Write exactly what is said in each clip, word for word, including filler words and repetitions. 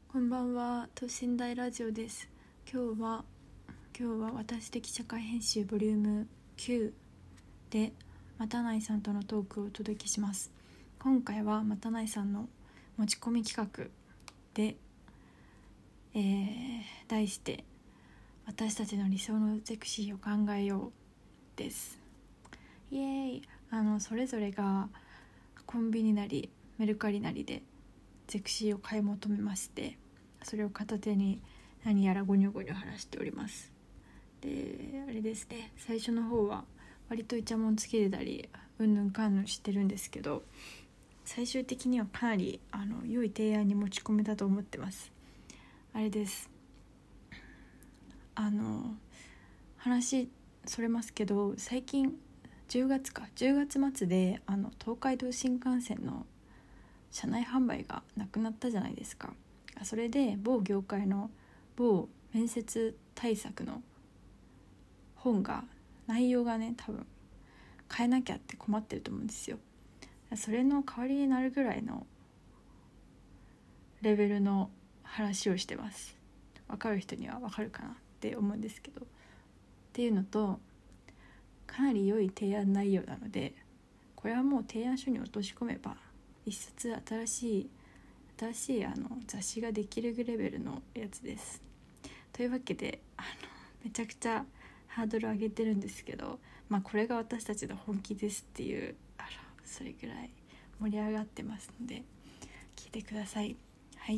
こんばんは、等身大ラジオです。今日は今日は私的社会編集ボリュームきゅうでまたないさんとのトークをお届けします。今回はまたないさんの持ち込み企画で、えー、題して私たちの理想のゼクシーを考えようです。イエーイ。あのそれぞれがコンビニなりメルカリなりでゼクシーを買い求めまして、それを片手に何やらゴニョゴニョ話しております。で、あれですね、最初の方は割とイチャモンつけれたりうんぬんかんぬんしてるんですけど、最終的にはかなりあの良い提案に持ち込めたと思ってます。あれです、あの話それますけど、最近じゅうがつかじゅうがつ末であの東海道新幹線の車内販売がなくなったじゃないですか。それで某業界の某面接対策の本が、内容がね、多分変えなきゃって困ってると思うんですよ。それの代わりになるぐらいのレベルの話をしてます。分かる人には分かるかなって思うんですけど、っていうのと、かなり良い提案内容なので、これはもう提案書に落とし込めば一冊新しい新しいあの雑誌ができるレベルのやつです。というわけで、あのめちゃくちゃハードル上げてるんですけど、まあこれが私たちの本気ですっていう、あのそれぐらい盛り上がってますので聞いてください。はい。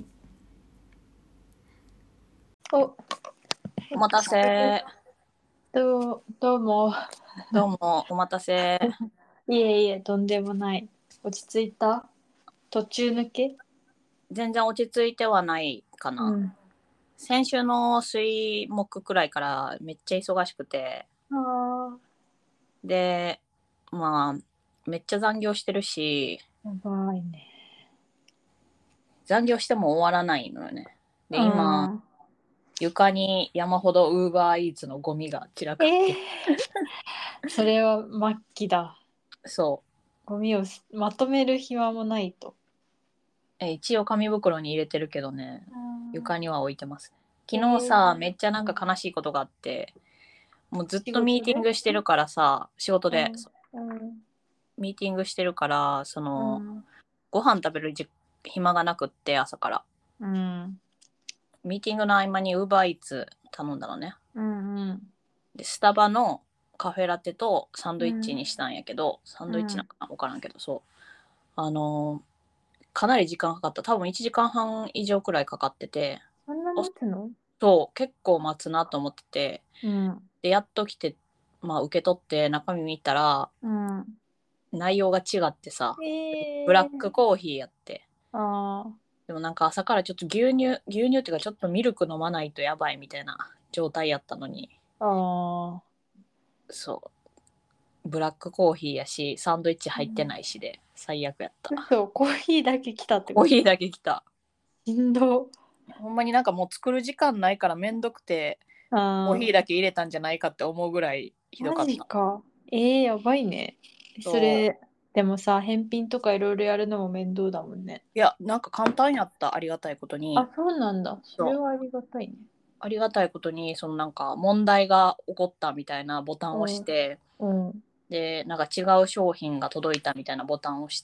お、 お待たせ。 どう、どうも。 どうもお待たせ。 いえいえ、とんでもない。落ち着いた？途中抜け？ 全然落ち着いてはないかな。 うん。 先週の水木くらいからめっちゃ忙しくて、 あで、まあめっちゃ残業してるし、 ー、やばいね。 残業しても終わらないのよね。で、今うん。 床に山ほどウーバーイーツのゴミが散らかってえー、それは末期だ。 そうゴミをまとめる暇もないと。 え一応紙袋に入れてるけどね、床には置いてますね。昨日えさ、 ー、 めっちゃなんか悲しいことがあって、もうずっ仕とミーティン事で？ グしてるからさ、仕事で、 うんうんミーティングしてるからそうのんご飯食べるじ暇がなくって、朝からうんミーティングの合間にウーバーイーツ頼んだのね。 うんうんでスタバのカフェラテとサンドイッチうんにしたんやけど、サンドイッチなんうん。 かな分からんけど、そうあのーかなり時間かかった。多分いちじかんはん以上くらいかかってて、 そんなお待つの？ そう結構待つなと思ってて、 うんでやっと来て、まあ受け取って中身見たらうん内容が違ってさ、ブラックえー、 コーヒーやって、 あーでもなんか朝からちょっと牛乳牛乳っていうかちょっとミルク飲まないとやばいみたいな状態やったのに、 あーそうブラックコーヒーやしサンドイッチ入ってうん。 ないしで最悪やった。 嘘、コーヒーだけ来たってこと？ コーヒーだけ来た。 しんど。 ほんまになんかもう作る時間ないからめんどくてコーヒーあだけ入れたんじゃないかって思うぐらいひー、マどかった。 ジか。えー、やばいね。そそうれ、でもさ、返品とかいろいろやるのも面倒だもんね。 いやなんか簡単やった。ありがたいことに。 あ、そうなんだ。それそうはありがたいね。 ありがたいことにそのなんか問題が起こったみたいなボタンを押して、 うん。 でなんか違う商品が届いたみたいなボタンを押して、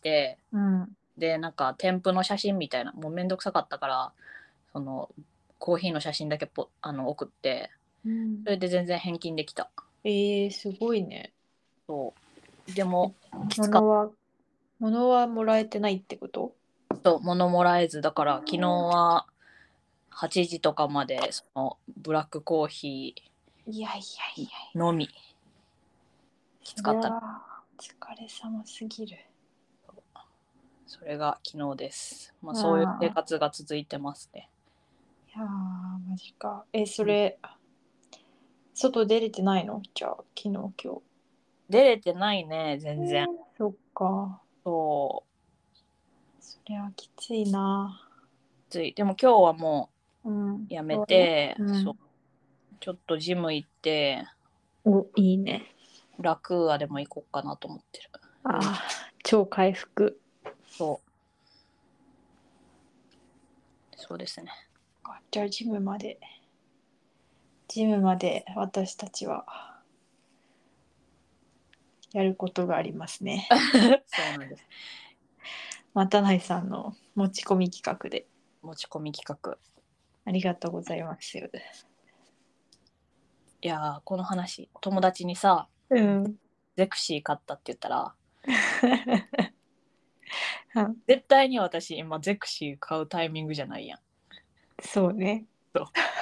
うん。 でなんか添付の写真みたいな、もうめんどくさかったからそのコーヒーの写真だけポあの送って、 うん。 それで全然返金できた。 えー、すごいね。 そうでもきつかっ物は、物はもらえてないってこと？ た。物もらえずだから昨日ははちじとかまでそのブラックコーヒいやいやいや。 ーのみ。きつかった。 いやー、疲れ様すぎる。 それが昨日です。まああそういう生あ、 活が続いてますね。 いやー、マジか。え、それ、外出れてないの？じゃあ、昨日、今日。 出れてないねえ全然。 ー、そっか。 そそれはきついな。 うついでも今日はもうん。 うやめ今日はね。 て、そううん。 ちょっとジム行ってお、いいね。 ラクーアでも行こうかなと思ってる。 ああ、超回復。 そうそうですね。 か。じゃあジムまでジムまで私たちはやることがありますね。 そうなんです。 またないさんの持ち込み企画で持ち込み企画。 ありがとうございます。 いやーこの話友達にさ、 うん。 ゼクシー買ったって言ったらうん絶対に私今ゼクシー買うタイミングじゃないやん。 そうね。 そう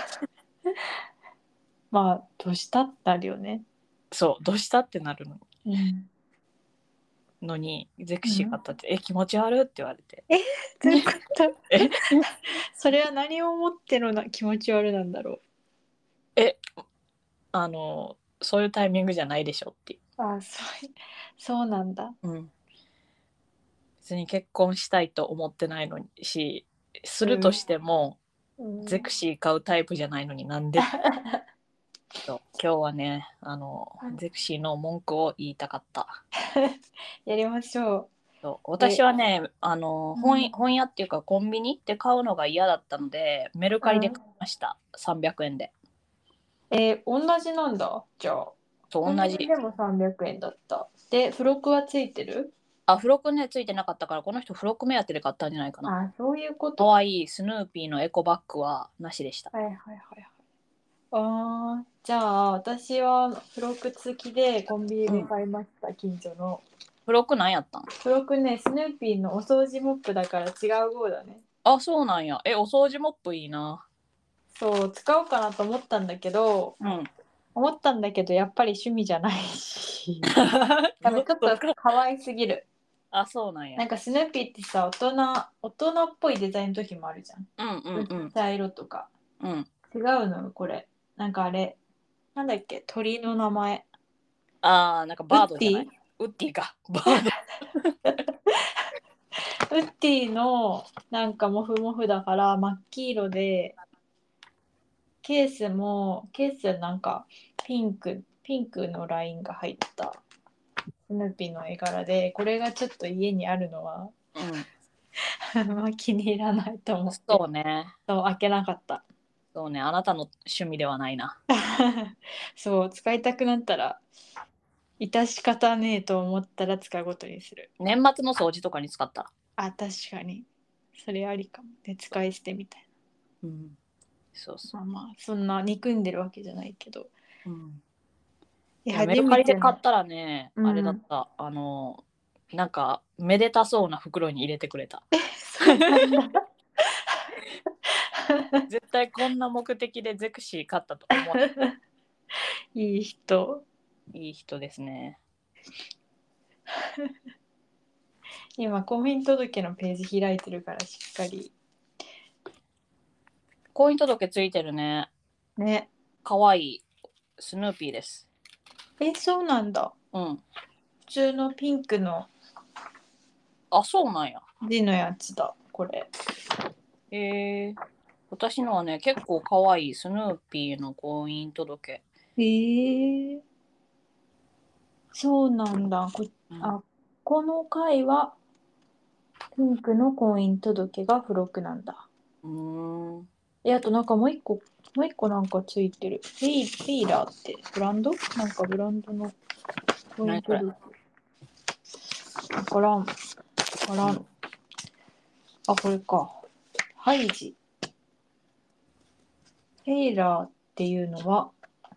まあ年経ったるよね。 そうどうしたってなるのうん。 のにゼクシー買ったって、え気持ち悪って言われてどういうことえそれは何を思ってのな気持ち悪なんだろえあのそういうタイミングじゃないでしょっていう。 う。ああ、そうそうなんだ。 うん別に結婚したいと思ってないのにしすうんるとしても、 うんゼクシー買うタイプじゃないのになんでと今日はねあのゼクシーの文句を言いたかった。 やりましょそう私はねあのう。 本本屋っていうかコンビニで買うのが嫌だったのでメルカリで買いました、さんびゃくえんで。 えー、同じなんだ。じゃあ。コンビそう同じ。 ニでもさんびゃくえんだった。で、付録はついてる？ あ付録ねついてなかったからこの人付録目当てで買ったんじゃないかな。 あ、そういうこかと。 わいいスヌーピーのエコバッグはなしでした。 はいはいはいはい。あー、じゃあ私は付録付きでコンビニで買いました、近所の。 付録何やったん？ 付録ね、スヌーピーのお掃除モップだから違う号だね。 あそうなんや。えお掃除モップいいな。 そう、使おうかなと思ったんだけど、 うん思ったんだけど、やっぱり趣味じゃないし。多分ちょっと可愛すぎる。 あそうなんや。 なんかスヌーピーってさ、大人、大人っぽいデザインの時もあるじゃん。 うんうんうん茶色とか。 うん違うのよ、これ。なんかあれ、なんだっけ、鳥の名前。 あーなんかウバードじゃない？ ッディウッディかバード。 ウッディのなんかモフモフだから真っ黄色で、ケースも、ケースなんかピンク、ピンクのラインが入ったスヌーピーの絵柄で、これがちょっと家にあるのはうんまあ気に入らないと思って、 そうねそう開けなかった。 そうねあなたの趣味ではないな。 そう使いたくなったら致し方ねえと思ったら使うことにする。 年末の掃除とかに使ったら。 あ、確かにそれありかも。で使い捨てみたいうんそうそな。まあまあそんな憎んでるわけじゃないけど、 う。うんえいやメルカリで買ったらね、 うん、 あれだったあのなんかめでたそうな袋に入れてくれた。 そうなんだ絶対こんな目的でゼクシー買ったと思わいい人。 いい人ですね。 今婚姻届のページ開いてるからしっかり婚姻届ついてるね。 ね。 かわいいスヌーピーです。 え、そうなんだ。 うん普通のピンクのあそうなんや。 字のやつだこれ。 えー、私のはね結構かわいいスヌーピーの婚姻届。 えー、そうなんだ。こ、 うんあ、この回はピンクの婚姻届が付録なんだ。 うーんえ、あとなんかもう一個、もう一個なんかついてる。フェイ、フェイラーってブランドなんかブランドの婚姻何これ。 届。わからん。わからん。あ、これか。ハイジ。フェイラーっていうのは、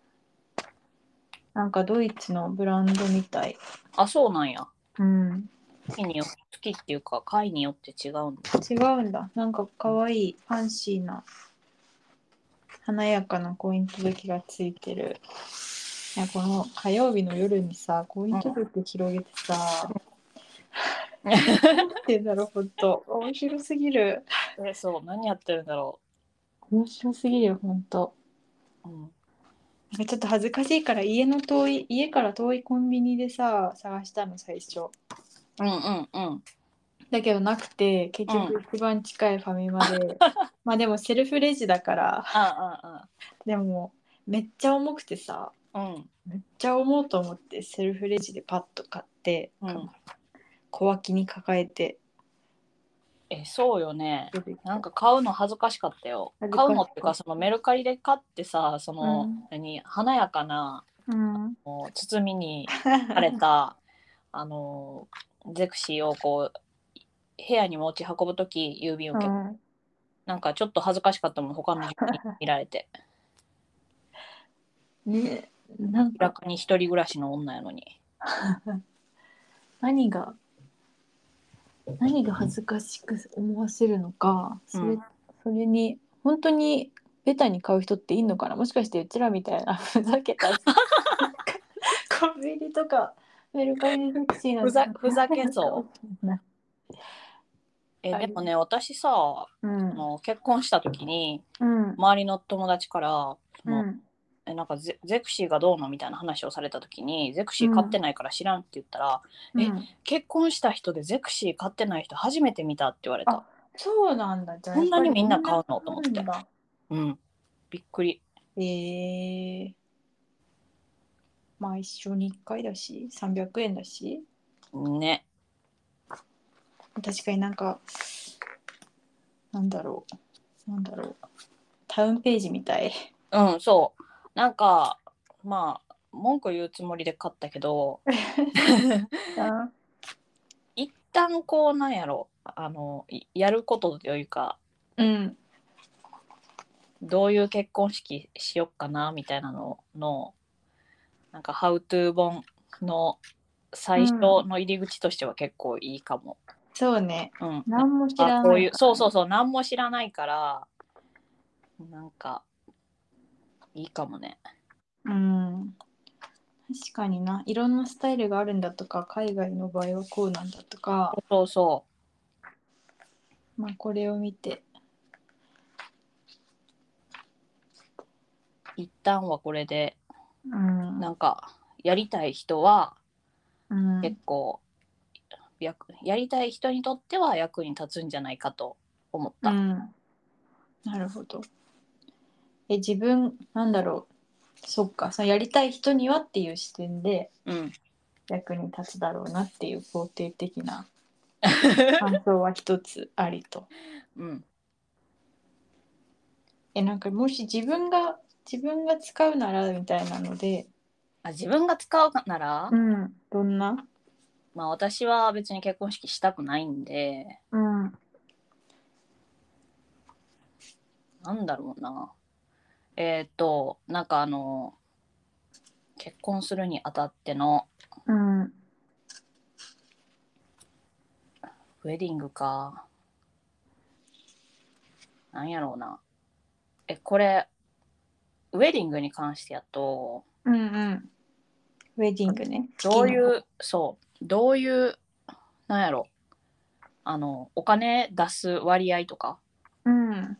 なんかドイツのブランドみたい。 あそうなんや。 うん。 月によ月っていうか回によって違うんだ。 違うんだ。なんかかわいい、ファンシーな、華やかな婚姻届がついてる。いやこの火曜日の夜にさ、婚姻届広げてさ、何やってんだろう、ほんと。面白すぎる。 えそう何やってるんだろ面白すぎるよ、ほんと。 う。うんなんかちょっと恥ずかしいから家の遠い、家から遠いコンビニでさ、探したの最初。 うんうんうんだけどなくて、結局一番近いファミマで、まあでもセルフレジだから、 あでもめっちゃ重くてさ、 あうんめっちゃ重うと思ってセルフレジでパッと買って、 うん小脇に抱えてえそうよね。 出てきたなんか買うの恥ずかしかったよ。 恥ずかしかった買うのっていうかそのメルカリで買ってさ、その、 うん何華やかなうんもう包みにされたあのゼクシーをこう部屋に持ち運ぶとき郵便受け、 うんなんかちょっと恥ずかしかったもん他の人に見られて。 ね、なんか明らかに一人暮らしの女やのに。 何が何が恥ずかしく思わせるのか、それ、 うんそれに本当にベタに買う人っていいのかな。もしかしてうちらみたいなふざけたコンビニとかメルカリでセクシーなふざふざけそううな。 えでもね私さ、 うんその結婚した時にうん周りの友達からその、 うんえなんか ゼ, ゼクシーがどうのみたいな話をされた時にゼクシー買ってないから知らんって言ったら、 うん、 え結婚した人でゼクシー買ってない人初めて見たって言われた。 あ、そうなんだ。じゃあこんなにみんなやっぱり買うのと思って。 みんな買うんびっくり。 うんだ。えー、まあ一生にいっかいだしさんびゃくえんだし、 ね確かになんかなんだろうなんだろうタウンページみたい。 うんそうなんかまあ文句言うつもりで買ったけどあ一旦こうなんやろあのやることというかうんどういう結婚式しよっかなみたいなののなんかハウトゥー本の最初の入り口としては結構いいかも。 そうね。 うん、 何も知あこうらないからね。 いうそうそうそう何も知らないからなんかいいかもね。 うん確かにな。いろんなスタイルがあるんだとか、海外の場合はこうなんだとか、 そうそまあこれを見て。 う一旦はこれでうんなんかやりたい人はうん結構ややりたい人にとっては役に立つんじゃないかと思った。 うんなるほど。え、自分、なんだろう。そっか、そのやりたい人にはっていう視点でうん役に立つだろうなっていう肯定的な感想は一つありと。 うんえ、なんかもし自分が自分が使うならみたいなので、 あ自分が使うなら、 うん、どんな？ まあ私は別に結婚式したくないんでうんなんだろうなえっ、となんかあの結婚するにあたってのうんウェディングかなんやろうなえこれウェディングに関してやとうんうんウェディングね。 どうい式の。 うそうどういうなんやろあのお金出す割合とかうん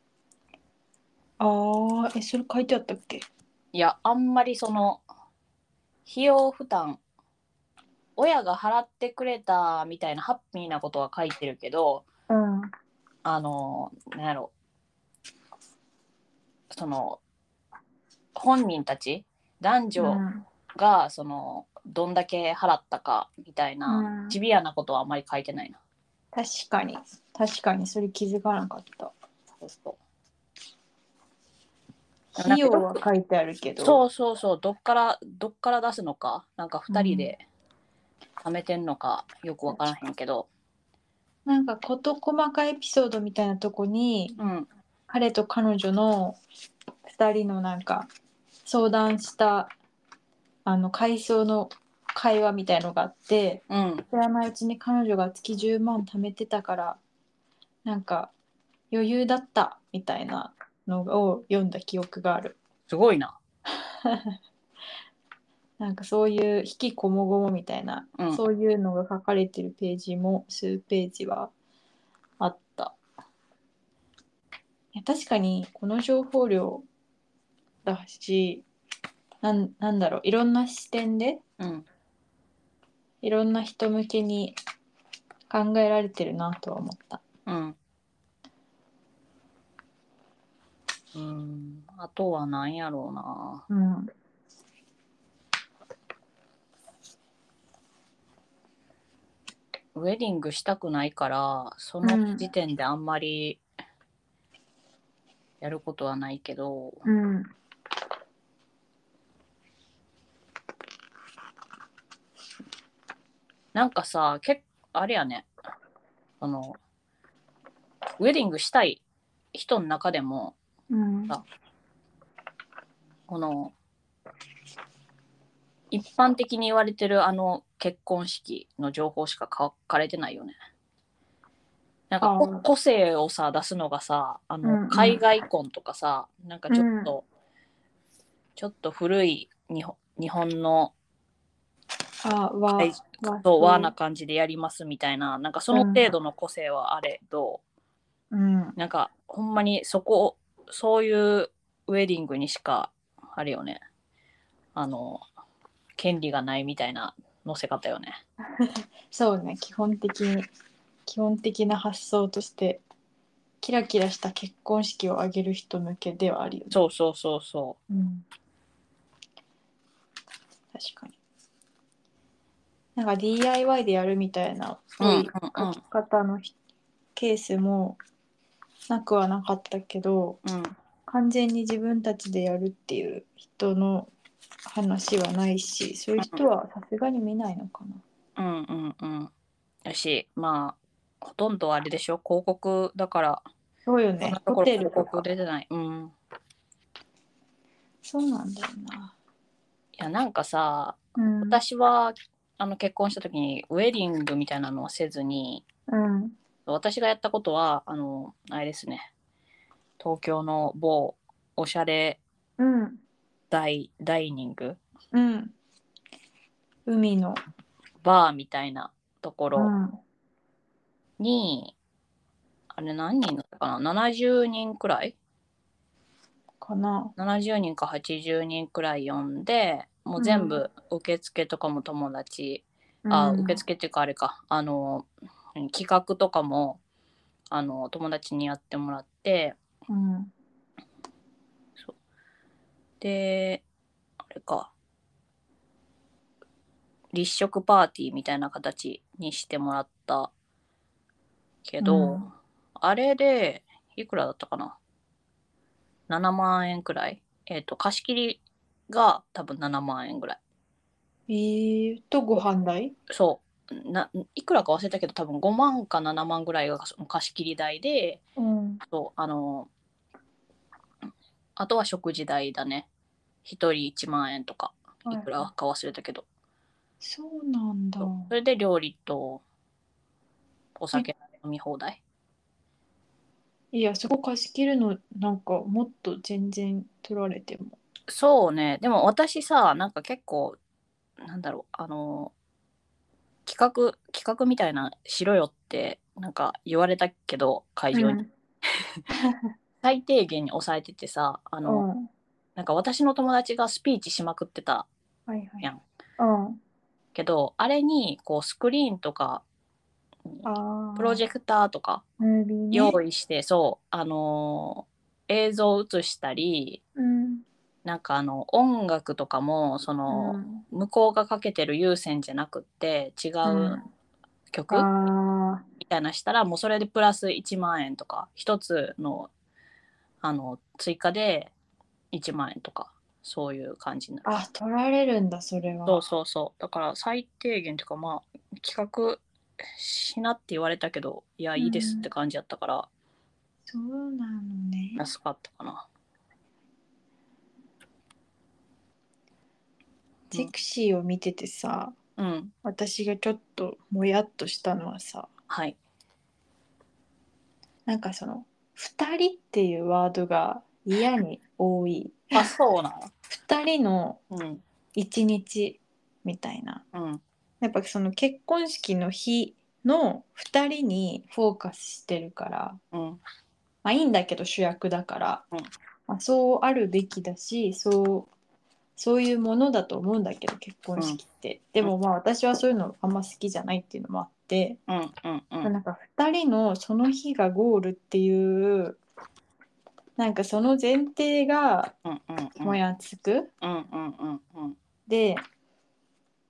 ああ、え、それ書いてあったっけ？ いやあんまりその費用負担親が払ってくれたみたいなハッピーなことは書いてるけどうんあのなんやろその本人たち男う女んがそのどんだけ払ったかみたいなうんシビアなことはあんまり書いてないな。 確かに確かにそれ気づかなかった。 そうそう費用は書いてあるけど、 そうそうそうどっからどっから出すのかなんかふたりで貯めてんのかよくわからへんけど、 なんか事細かいエピソードみたいなとこに、 うん彼と彼女のふたりのなんか相談したあの回想の会話みたいのがあって、 うん知らないうちに彼女が月じゅうまん貯めてたからなんか余裕だったみたいなのを読んだ記憶がある。 すごいな。 なんかそういう引きこもごもみたいな、 うんそういうのが書かれてるページも数ページはあった。いや確かにこの情報量だし、なんなんだろう、いろんな視点でうんいろんな人向けに考えられてるなとは思った。 うんうんあとは何やろうな。 うんウェディングしたくないからその時点であんまりやることはないけど、 うん。 なんかさ、結構あれやね、あのウェディングしたい人の中でも、 うん。 この一般的に言われてるあの結婚式の情報しか書かれてないよね。なんかこああ。 個性をさ出すのがさ、あのうんうん海外婚とかさ、なんかちょっと、 うんちょっと古い日本日本のあ、 はいわ、わ、 そう和なそ感じでやりますみたいな、なんかそう。うのん。 程度の個性はあれど、 うん。 なんかほんまにそこそういうウェディングにしかあれよね、あの権利がないみたいな載せ方よね。 そうね、基本的に、基本的な発想として、キラキラした結婚式を挙げる人向けではあるよね。 そうそうそうそうん。確かに。なんか ディーアイワイ でやるみたいなっう。うんうんぽい書き方のひケースもなくはなかったけど、 うん完全に自分たちでやるっていう人の話はないし、そういう人はさすがに見ないのかな。 うんうんうんやし、まあほとんどあれでしょ、広告だから、 そうよね。 こんなところホテル広告とか。 出てない。うん。 そうなんだよな。 いやなんかさ、 うん。 私はあの結婚した時にウェディングみたいなのはせずに、 うん。 私がやったことはあのあれですね、東京の某おしゃれうん。 ダイダイニングうん。海の。 バーみたいなところうん。 に、あれ何人だったかな、ななじゅうにんくらい、 かな。 ななじゅうにんかはちじゅうにんくらい呼んで、もううん全部受付とかも友達、あ、 うん。 受付っていうかあれか、あの企画とかもあの友達にやってもらって、 うん。 そうで、あれか、立食パーティーみたいな形にしてもらったけど、 うん。 あれでいくらだったかな、ななまん円くらい、えっ、と貸し切りが多分ななまん円ぐらい。 えーと、ご飯代。 そうないくらか忘れたけど、多分ごまんかななまんぐらいがその貸し切り代で、 うん。 そうあのあとは食事代だね、ひとりいちまん円とか、いくはいはい。 らか忘れたけど、 そうなんだ。 そうそれで料理とおえ、 酒飲み放題。 いや、そこ貸し切るの、なんかもっと全然取られても。 そうね、でも私さ、なんか結構なんだろう、あの企画企画みたいなしろよってなんか言われたけど、会場にうん。 最低限に抑えててさ、あのうん。 なんか私の友達がスピーチしまくってたはいはい。 やん。 うん。 けどあれにこうスクリーンとかああ、 プロジェクターとかムービーね。 用意して、そうあのー映像を映したり、 うん。 なんかあの音楽とかもそうのん。 向こうがかけてる有線じゃなくって違ううん。 曲ああ、 みたいなしたら、もうそれでプラスいちまん円とか、一つのあの追加でいちまん円とか、そういう感じになる。 あ、取られるんだ、それそうは。 そうそう、だから最低限というか、まあ企画しなって言われたけど、いやういいですってん。 感じやったからそうなのね。 安かったかな。うセんクシーを見ててさ、 うん、 私がちょっともやっとしたのはさ、 はい。 なんかその、二人っていうワードが嫌に多い。 あ、そうなの。 二人のうん一日みたいな。 うんやっぱその結婚式の日の二人にフォーカスしてるから、 うんまあいいんだけど主役だから、 うんまあ、そうあるべきだし、そう、そういうものだと思うんだけど結婚うん式って。でもまあ私はそういうのあんま好きじゃないっていうのもあって、 うんうんうんなんか二人のその日がゴールっていう、なんかその前提がうんうんうんもやつく。 うんうんうんで、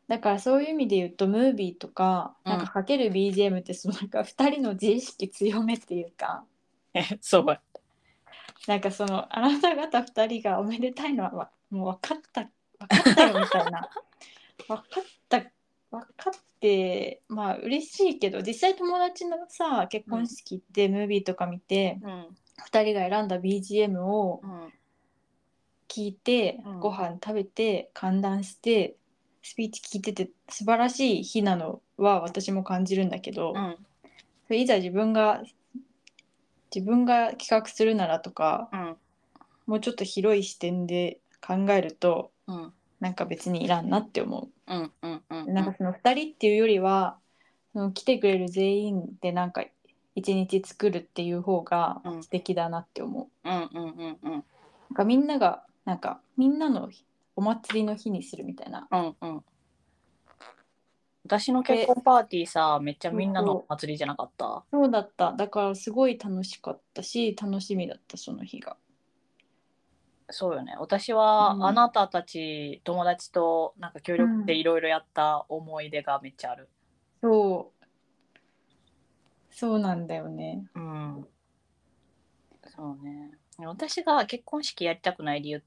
だからそういう意味で言うとムービーとかうんなんかかける ビージーエム ってそのなんかふたりの自意識強めっていうか、 えそう。 なんかそのあなた方ふたりがおめでたいのはわもう分かった分かったよみたいな分かった分かってまあ嬉しいけど、実際友達のさ結婚式行ってムービーとか見て、 うんふたりが選んだ ビージーエム をうん聞いて、 うんご飯食べて歓談してスピーチ聞いてて素晴らしい日なのは私も感じるんだけど、 うんそれいざ自分が自分が企画するならとか、 うんもうちょっと広い視点で考えるとうんなんか別にいらんなって思うんうんうんう。なんかそのふたりっていうよりはその来てくれる全員でなんか一日作るっていう方が素敵だなって思う。 うんうんうんうんなんかみんながなんかみんなのお祭りの日にするみたいな。 うんうん。私の結で、 婚パーティーさ、めっちゃそうみんなのそうお祭りじゃなかった？ そうだった。だからすごい楽しかったし楽しみだったその日が。 そうよね。私うんはあなたたち友達となんか協力していろいろやった思い出がめっちゃある。 そうそうなんだよね。 うん。そうね。私が結婚式やりたくない理由って、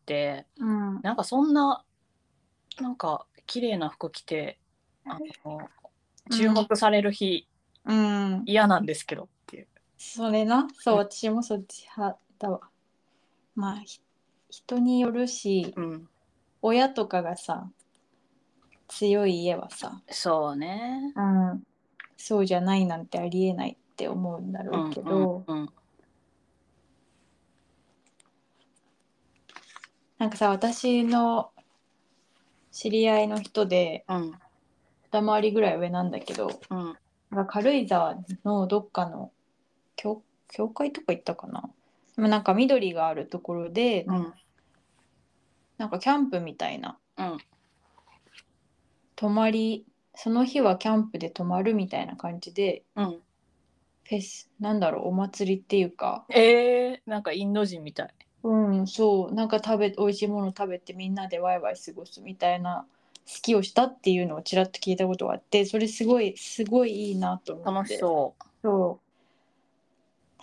うんなんかそんななんか綺麗な服着てあの注目される日、 うん嫌なんですけどっていう。 それな、そう、 うん私もそっち派だわ。まあ、ひ人によるし、 うん。 親とかがさ、強い家はさ、 そうね。 うん、そうじゃないなんてありえないって思うんだろううんけど、 うんうんなんかさ、私の知り合いの人で、 うん二回りぐらい上なんだけど、 うんなんか軽井沢のどっかの教、教会とか行ったかな。でもなんか緑があるところで、 うんなんかキャンプみたいな、 うん泊まり、その日はキャンプで泊まるみたいな感じで、 うん。 フェス、なんだろう、お祭りっていうか、 えー、なんかインド人みたい。 うん、そう、なんか食べ、美味しいもの食べてみんなでワイワイ過ごすみたいな好きをしたっていうのをちらっと聞いたことがあって、それすごい、すごいいいなと思っ楽して。 そそう。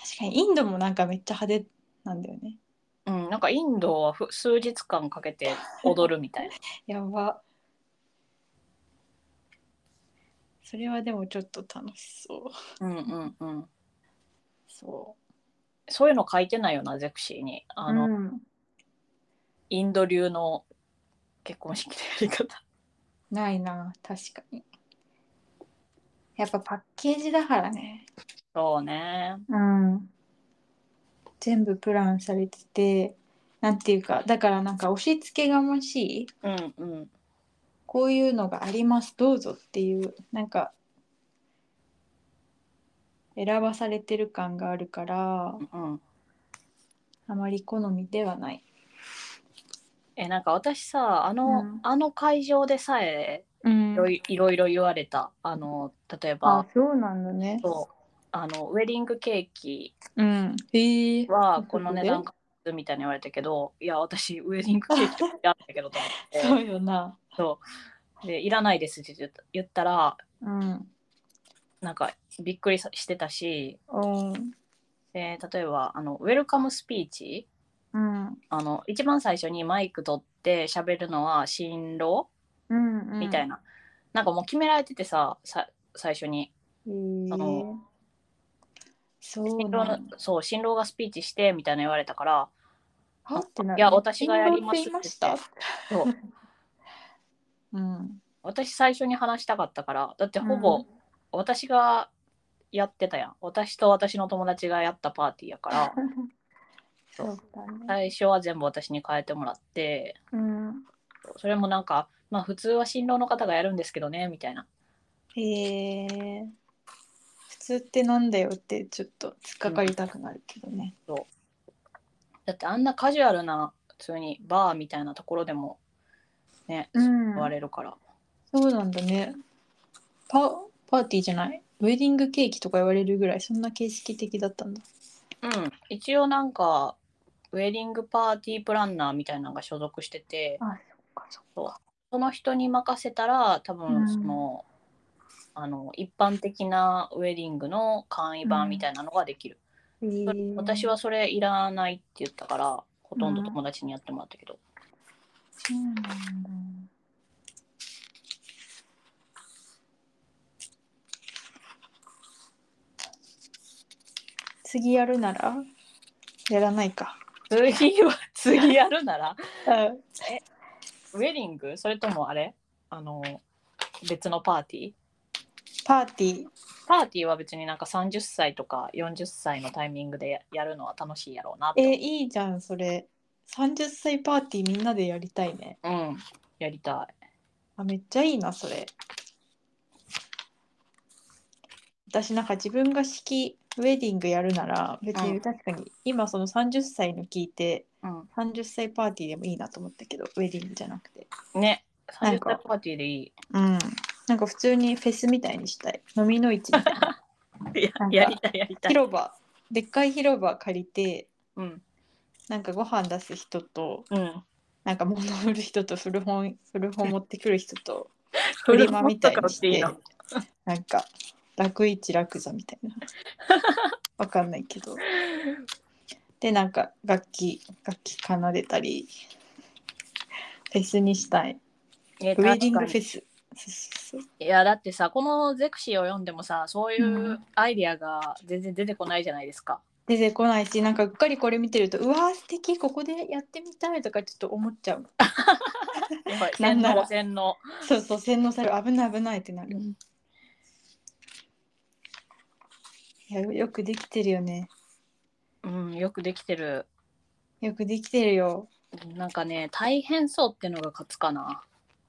確かにインドもなんかめっちゃ派手なんだよね。 う。うん、なんかインドはふ数日間かけて踊るみたいな。 やば。それはでもちょっと楽しそう。 うんうんうん。 そそういうの書いてないよな、ゼクシーに。 う。 あの、 うん。 インド流の結婚式のやり方。 ないな、確かに。やっぱパッケージだからね。 そうね。 うん。全部プランされてて、なんていうか、だからなんか押し付けがましい、 うんうんこういうのがあります、どうぞっていう、なんか選ばされてる感があるから、 うん。 あまり好みではない。 え、なんか私さ、あの、 うんあの会場でさえういろん。 いいろいろ言われた。あの、例えあ、 ば、 そうなんだね。 そうあのウェディングケーキうん。へえ。 はこのそこで値段かみたいに言われたけど、いや、私、ウェディングケーキやったけどと思っそうて、 よな。 そうで、いらないですって言った言ったら、 うん。 なんかびっくりしてたし、 おん。 で例えばあのウェルカムスピーチ、 うん。 あの一番最初にマイク取って喋るのは新郎うんうん。 みたいな、なんかもう決められててさ、さ最初にへあのえ。そ新郎のうなんだ。 そう新郎がスピーチしてみたいな言われたから、 はあってなるね。 いや私が新郎って言やりますいましたって言って、そううん。 私最初に話したかったから、だってほぼうん。 私がやってたやん。私と私の友達がやったパーティーやから、そうそうだね。 最初は全部私に変えてもらって、 うん。 それもなんか、まあ普通は新郎の方がやるんですけどね、みたいな。 へえ。普通ってなんだよってちょっと突っかかりたくなるけどね。 そうだってあんなカジュアルな普通にバーみたいなところでもね、 うん言われるから。 そうなんだね。パ、パーティーじゃない。ウェディングケーキとか言われるぐらいそんな形式的だったんだ。 うん、一応なんか、ウェディングパーティープランナーみたいなのが所属してて、 あ、そっかそっか。 その人に任せたら多う分んその、あの一般的なウェディングの簡易版みたいなのができる。 えー、 私はそれいらないって言ったからほとんどうん友達にやってもらったけど、 そうなんだ。次やるならやらないか。 次は次やるならうんえウェディングそれともあれあの別のパーティーパーティー。 パーティーは別になんかさんじゅっさいとかよんじゅっさいのタイミングでやるのは楽しいやろうなってえー、 思いいじゃんそれ。さんじゅっさいパーティーみんなでやりたいね。 う。うんやりたい。 あ、めっちゃいいなそれ。私なんか自分が式ウェディングやるなら別うんに確かに今そのさんじゅっさいの聞いてうんさんじゅっさいパーティーでもいいなと思ったけどウェディングじゃなくてね30 なんか歳パーティーでいい。 うんなんか普通にフェスみたいにしたい。飲みの市みたいな。 やなんかやりたいやりたい。 広場でっかい広場借りてうんなんかご飯出す人とうんなんか物売る人と古本古本持ってくる人とフ古リマ本とかみたいにして売っていいの？ なんか楽市楽座みたいなわかんないけどでなんか楽器楽器奏でたりフェスにしたい。 えウェディング確かに。 フェス。そうそうそういやだってさこのゼクシーを読んでもさそういうんうアイディアが全然出てこないじゃないですか。 出てこないしなんかうっかりこれ見てるとうわー素敵ここでやってみたいとかちょっと思っちゃう。 やばい洗なんなら脳洗脳。 そうそう洗脳される危ない危ないってなる。いやよくできてるよね。 うんよくできてる。 よくできてるよ。 なんかね大変そうってのが勝つかな。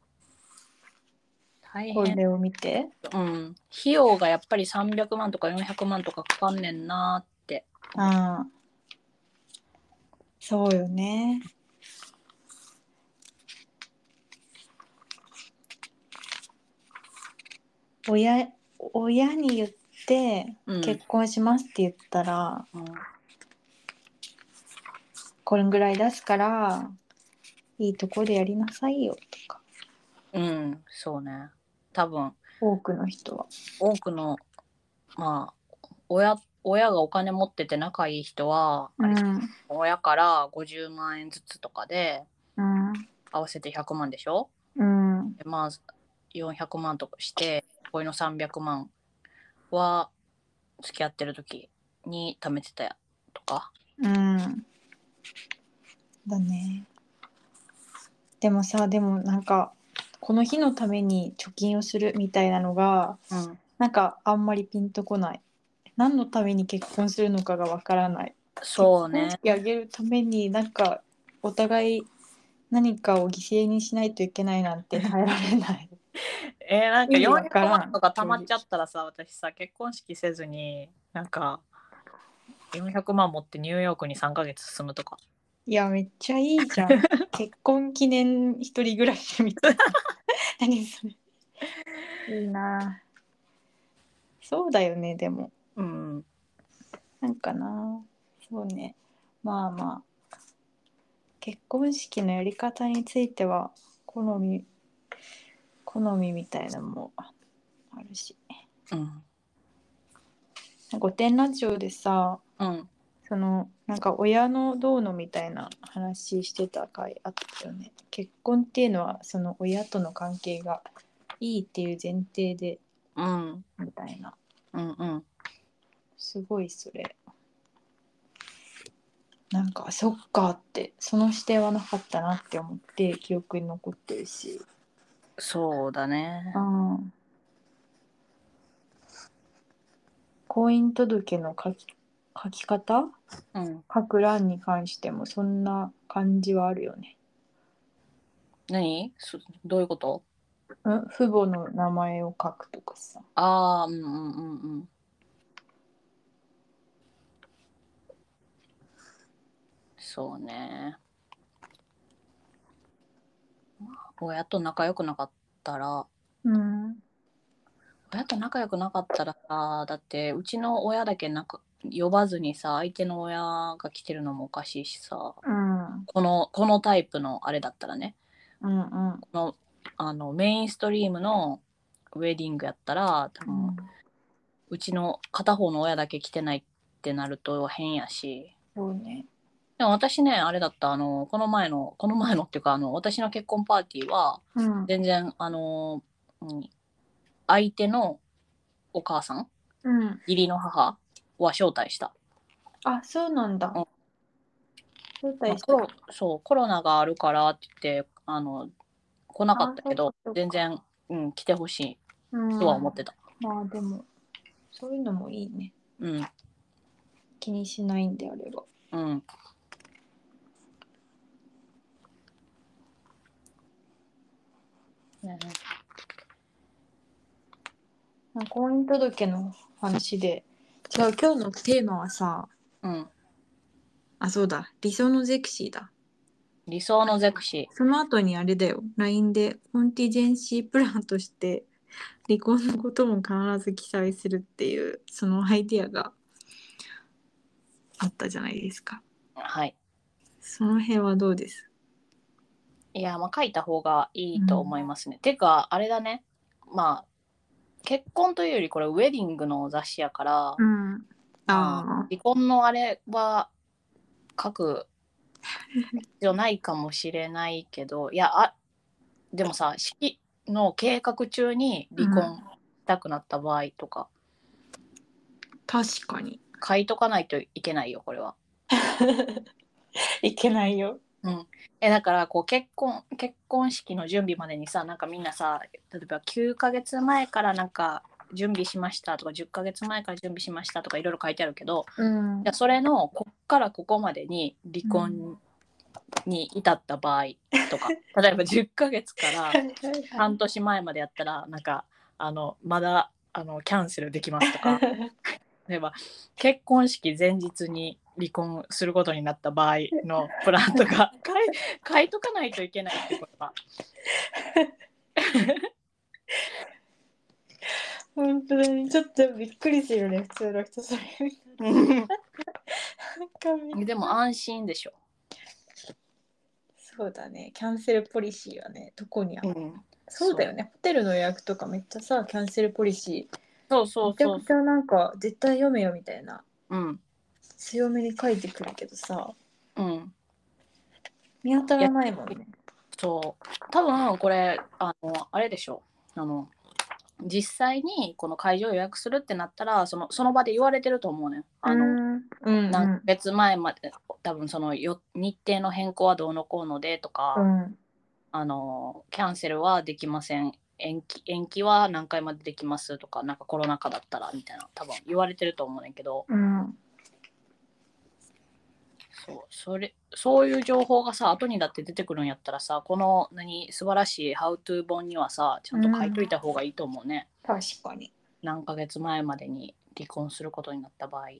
大変。 これを見て。 うん費用がやっぱりさんびゃくまんとかよんひゃくまんとかかかんねんなって。 ああそうよね。親親に言ってうん結婚しますって言ったら、 うんこれぐらい出すからいいとこでやりなさいよとかうんそうね多分多くの人は。 多くのまあ親親がお金持ってて仲いい人は、 うんあれ親からごじゅうまんえんずつとかでうん合わせてひゃくまんでしょ。 うんでまあよんひゃくまんとかしてこのさんびゃくまんは付き合ってる時に貯めてたやとか。 うんだね。でもさでもなんかこの日のために貯金をするみたいなのがうんなんかあんまりピンとこない。何のために結婚するのかがわからない。 そうね。 結婚式あげるためになんかお互い何かを犠牲にしないといけないなんて耐えられない。 えー、なんか意味わ 400 からん万とか貯まっちゃったらさ私さ結婚式せずになんかよんひゃくまん持ってニューヨークにさんかげつ住むとか。 いやめっちゃいいじゃん。結婚記念一人暮らしみたいな。何それ。いいな。そうだよねでも。 うんなんかな。そうね。まあまあ結婚式のやり方については好み好みみたいなのもあるし。 うん御殿ラジオでさうんそのなんか親のどうのみたいな話してた回あったよね。結婚っていうのはその親との関係がいいっていう前提でうんみたいな。 うんうんすごいそれなんかそっかってその視点はなかったなって思って記憶に残ってるし。 そうだね。 うん婚姻届の書き、書き方うん書く欄に関してもそんな感じはあるよね。 何そどういうこと？ うん父母の名前を書くとかさ。 ああうんうんうんうんそうね。親と仲良くなかったらうん親と仲良くなかったらさだってうちの親だけなんか呼ばずにさ相手の親が来てるのもおかしいしさうんこのこのタイプのあれだったらねうんうんこのあのメインストリームのウェディングやったら多分、うちの片方の親だけ来てないってなると変やし。 そうね。 でも私ねあれだったあのこの前のこの前のっていうかあの私の結婚パーティーはうん。 全然あの、うん、相手のお母さんうん。 義理の母は招待した。 あ、そうなんだ。 うん招まあ、 待した。 コロそうコロナがあるからって言ってあの来なかったけどあ、そうかそうか全然、うん、来てほしいうん。 とは思ってた。 まあでも、そういうのもいいね。 うん気にしないんであれば。 うんね婚姻届の話で。違う、今日のテーマはさ、 うんあ、そうだ、理想のゼクシーだ。 理想のゼクシその後にあれだよ、ライン でコンティジェンシープランとして離婚のことも必ず記載するっていう、そのアイディアがあったじゃないですか。 ーはいその辺はどうです？ いやまあ書いた方がいいと思いますね、うん、てかあれだねまあ結婚というよりこれウェディングの雑誌やから、 うん、 まああ離婚のあれは書く必要ないかもしれないけどいやあでもさ式の計画中に離婚したくなった場合とか、 うん、確かに書いとかないといけないよこれは。 いけないよ。 うん、えだからこう結婚結婚式の準備までにさなんかみんなさ例えばきゅうかげつまえからなんか準備しましたとかじゅっかげつまえから準備しましたとかいろいろ書いてあるけど、 うん、 じゃそれのこっからここまでに離婚に至った場合とか、うん、例えばじゅっかげつから半年前までやったらなんかあのまだあのキャンセルできますとか例えば結婚式前日に離婚することになった場合のプランとか書い、書いとかないといけないってことは本当だね、ちょっとびっくりするよね普通の人それでも安心でしょ。 そうだね、キャンセルポリシーはねどこにある、うん、そうだよね、ホテルの予約とかめっちゃさキャンセルポリシーそうそうそうめちゃくちゃなんか絶対読めよみたいな、 うん、 強めに書いてくるけどさ、 うん、 見当たらないもんね。 そう多分これあのあれでしょあの実際にこの会場予約するってなったらその、その場で言われてると思うね。あの、 うんうん、 何ヶ月前まで多分そのよ日程の変更はどうのこうのでとか、 うん、 あのキャンセルはできません延期、延期は何回までできますとかなんかコロナ禍だったらみたいな多分言われてると思うねんけど、 うん、 そうそれそういう情報がさ後にだって出てくるんやったらさこの何素晴らしい How to 本にはさちゃんと書いといた方がいいと思うね、 うん、確かに何ヶ月前までに離婚することになった場合。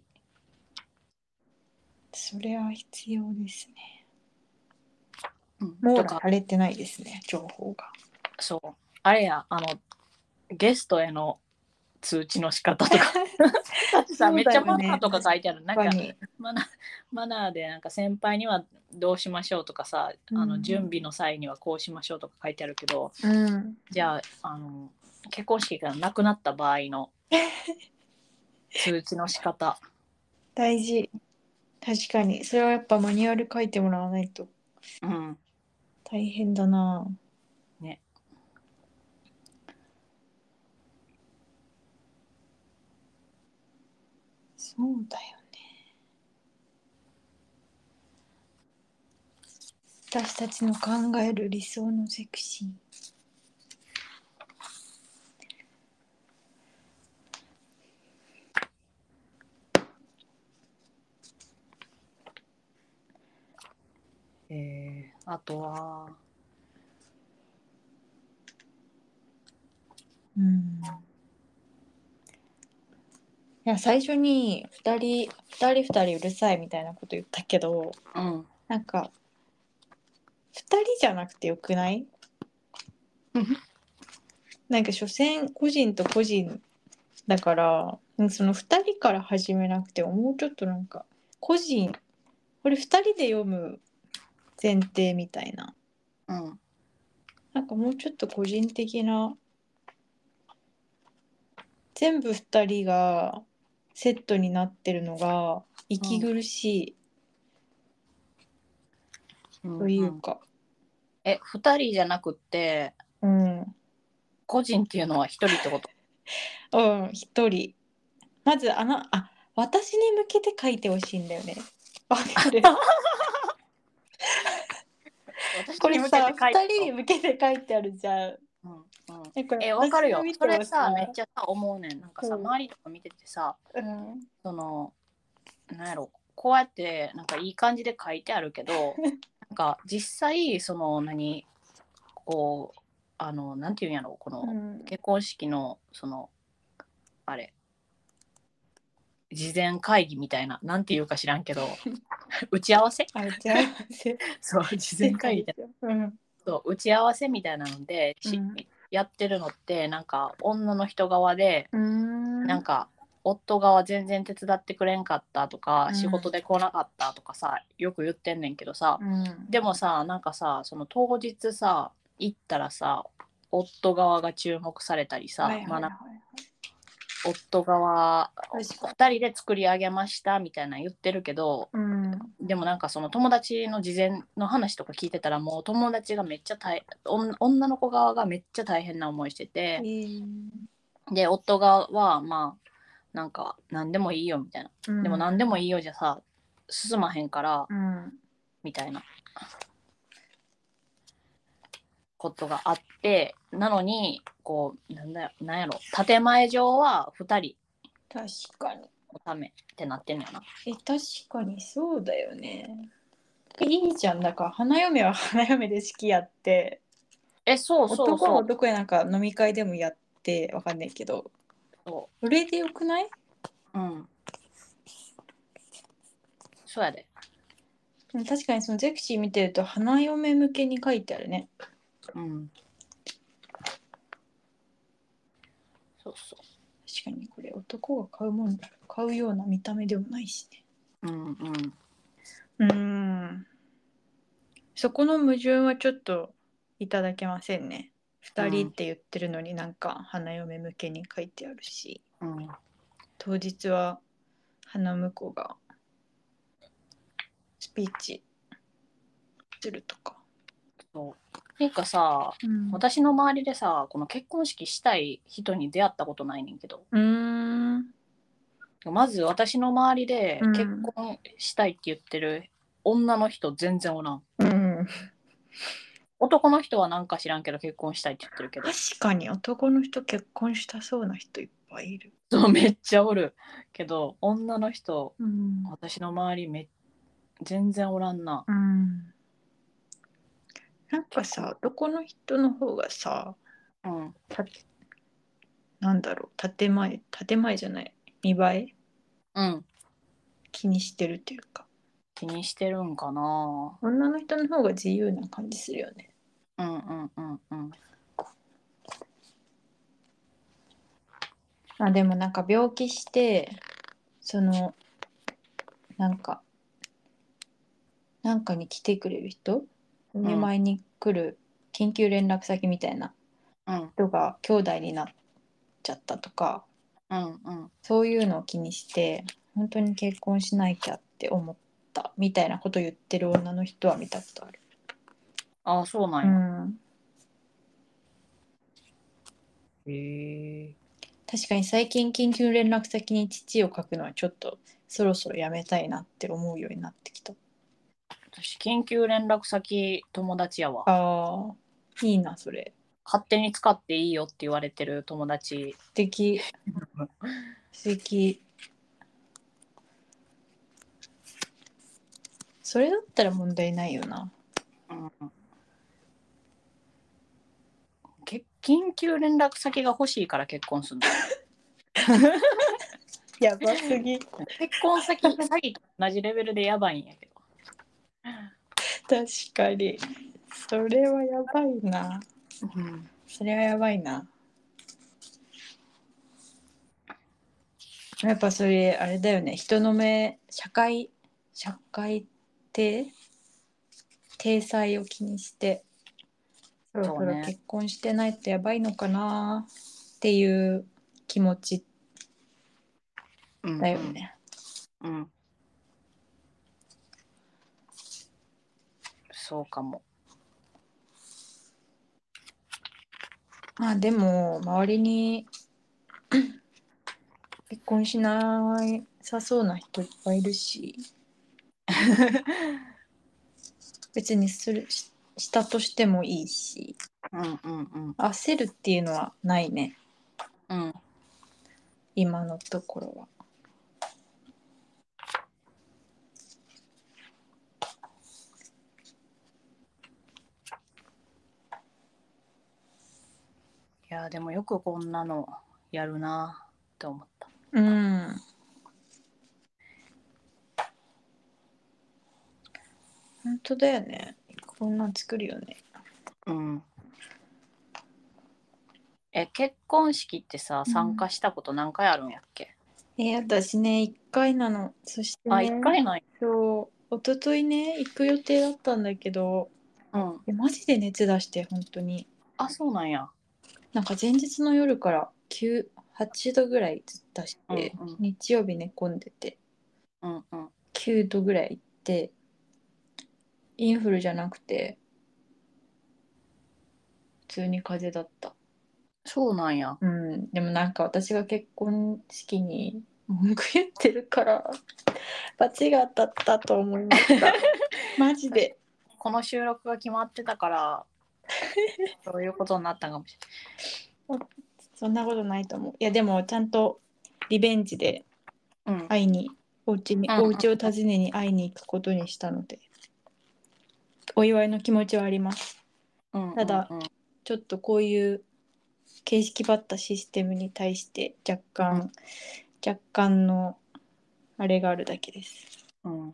それは必要ですね、 うん、 網羅されてないですね情報が。 そうあれやあのゲストへの通知の仕方とかさ、ね、めっちゃマナーとか書いてあるなんかマナー、マナーでなんか先輩にはどうしましょうとかさ、うん、あの準備の際にはこうしましょうとか書いてあるけど、うん、じゃあ、 あの結婚式がなくなった場合の通知の仕方大事。確かにそれはやっぱマニュアル書いてもらわないと大変だな、 うん、ね。 そうだよね。私たちの考える理想のセクシー。 えー、あとはうんいや最初にふたりふたりふたりうるさいみたいなこと言ったけど、 うん、 なんかふたりじゃなくてよくない？なんか所詮個人と個人だからそのふたりから始めなくてももうちょっとなんか個人これふたりで読む前提みたいな、 うん、 なんかもうちょっと個人的な、全部ふたりがセットになってるのが息苦しいというんうん、 うか、 え、ふたりじゃなくってうん個人っていうのはひとりってこと？ うん一人、まずあのあ私に向けて書いてほしいんだよね。わかる？ 私これに向けてさ2 書いて人に向けて書いてあるじゃん。 うんうん、 えこれえ、わかるよ。 私の見それてもさ、 さめっちゃさ思うねん。なんかさ、 うん周りとか見ててさ、 うんそのなんやろ、こうやってなんかいい感じで書いてあるけど、なんか実際その何こうあのなんていうんやろ、このうん結婚式のそのあれ事前会議みたいな、なんていうか知らんけど打ち合わせあ打ち合わせそう事前してた会議みたいな、 でしょ。うんそう打ち合わせみたいなのでし、 うんやってるのってなんか女の人側でうーんなんか夫側全然手伝ってくれんかったとか、 うん仕事で来なかったとかさよく言ってんねんけどさ、 うんでもさなんかさその当日さ行ったらさ夫側が注目されたりさ、 はいまあ、なんかはいはい夫側確かふたりで作り上げましたみたいな言ってるけど、 に。うんでもなんかその友達の事前の話とか聞いてたらもう友達がめっちゃ大女女の子側がめっちゃ大変な思いしてて、 えーで夫側はまあなんか何でもいいよみたいな、 うんでも何でもいいよじゃさ進まへんからうんみたいなことがあって、なのにこうなんだなんやろ建前上はふたり確かに。 のためってなってんのよな。 え確かにそうだよね。いいじゃん。だから花嫁は花嫁で式やって、 えそうそう男はそう男やなんか飲み会でもやってわかんないけど、 そそれでよくない？ ううんそうやで。 でも確かにそのゼクシー見てると花嫁向けに書いてあるね。 うんそうそ確かにこれ男が買うもん買うような見た目でもないしね。 ううんうんうーん。そこの矛盾はちょっといただけませんね。ふたりって言ってるのになんか花嫁向けに書いてあるし、 うん当日は花婿がスピーチするとか。 そうっていうかさ、 うん私の周りでさこの結婚式したい人に出会ったことないねんけど、 うーん。 まず私の周りでうん結婚したいって言ってる女の人全然おらん。 うん。 男の人はなんか知らんけど結婚したいって言ってるけど、 確かに男の人結婚したそうな人いっぱいいる。 そうめっちゃおるけど女の人うん。 私の周りめ全然おらんな。 うん。なんかさ、男の人の方がさ、 うんたなんだろう、建前、建前じゃない、見栄えうん気にしてるっていうか、 気にしてるんかな。 女の人の方が自由な感じするよね。 うんうんうんうんあ、でもなんか病気して、その、なんか、なんかに来てくれる人、お見舞いに来る緊急連絡先みたいなうん人が兄弟になっちゃったとか、 うんうんそういうのを気にして本当に結婚しなきゃって思ったみたいなこと言ってる女の人は見たことある。 ああそうなうんや。 ん、 へえ。 確かに最近緊急連絡先に父を書くのはちょっとそろそろやめたいなって思うようになってきた。 私緊急連絡先友達やわ。 あー、いいなそれ。 勝手に使っていいよって言われてる友達。 素敵素敵。それだったら問題ないよな。 うんけ緊急連絡先が欲しいから結婚するの。 やばすぎ。 結婚先詐欺と同じレベルでやばいんやけど。 確かにそれはやばいな。 うんそれはやばいな。やっぱそれあれだよね。人の目、社会社会体体裁を気にしてそろそろそうね結婚してないとやばいのかなっていう気持ちだよね。 うん、うんうん、そうかも。 まあでも周りに結婚しなさそうな人いっぱいいるし、別にするししたとしてもいいし、 うんうんうん焦るっていうのはないね、 うん今のところは。 いやでもよくこんなのやるなって思った。 うん。本当だよね。こんなん作るよね。 うん。え、結婚式ってさ、参加したこと何回あるんやっけ？ えー、私ね、一回なの。そしてあ、 ね、 一回ない。 そう、一昨日ね、行く予定だったんだけど、 うん。 えマジで熱出して、本当に。 あ、そうなんや。 なんか前日の夜からきゅう、はちどぐらい出しうんて、 うん日曜日寝込んでて、 うんうん。 きゅうどぐらい行って、インフルじゃなくて、普通に風邪だった。 そうなんや。 うん、でもなんか私が結婚式に文句言ってるから罰が当たったと思いましたマジで。 この収録が決まってたからそういうことになったんかもしそんなことないと思う。いやでもちゃんとリベンジでれない。 会いに、お家に、 うんお家を訪ねに会いに行くことにしたので、お祝いの気持ちはあります。 うんうんただ、 うんうんちょっとこういう形式ばったシステムに対して若干、 うん若干のあれがあるだけです。 うん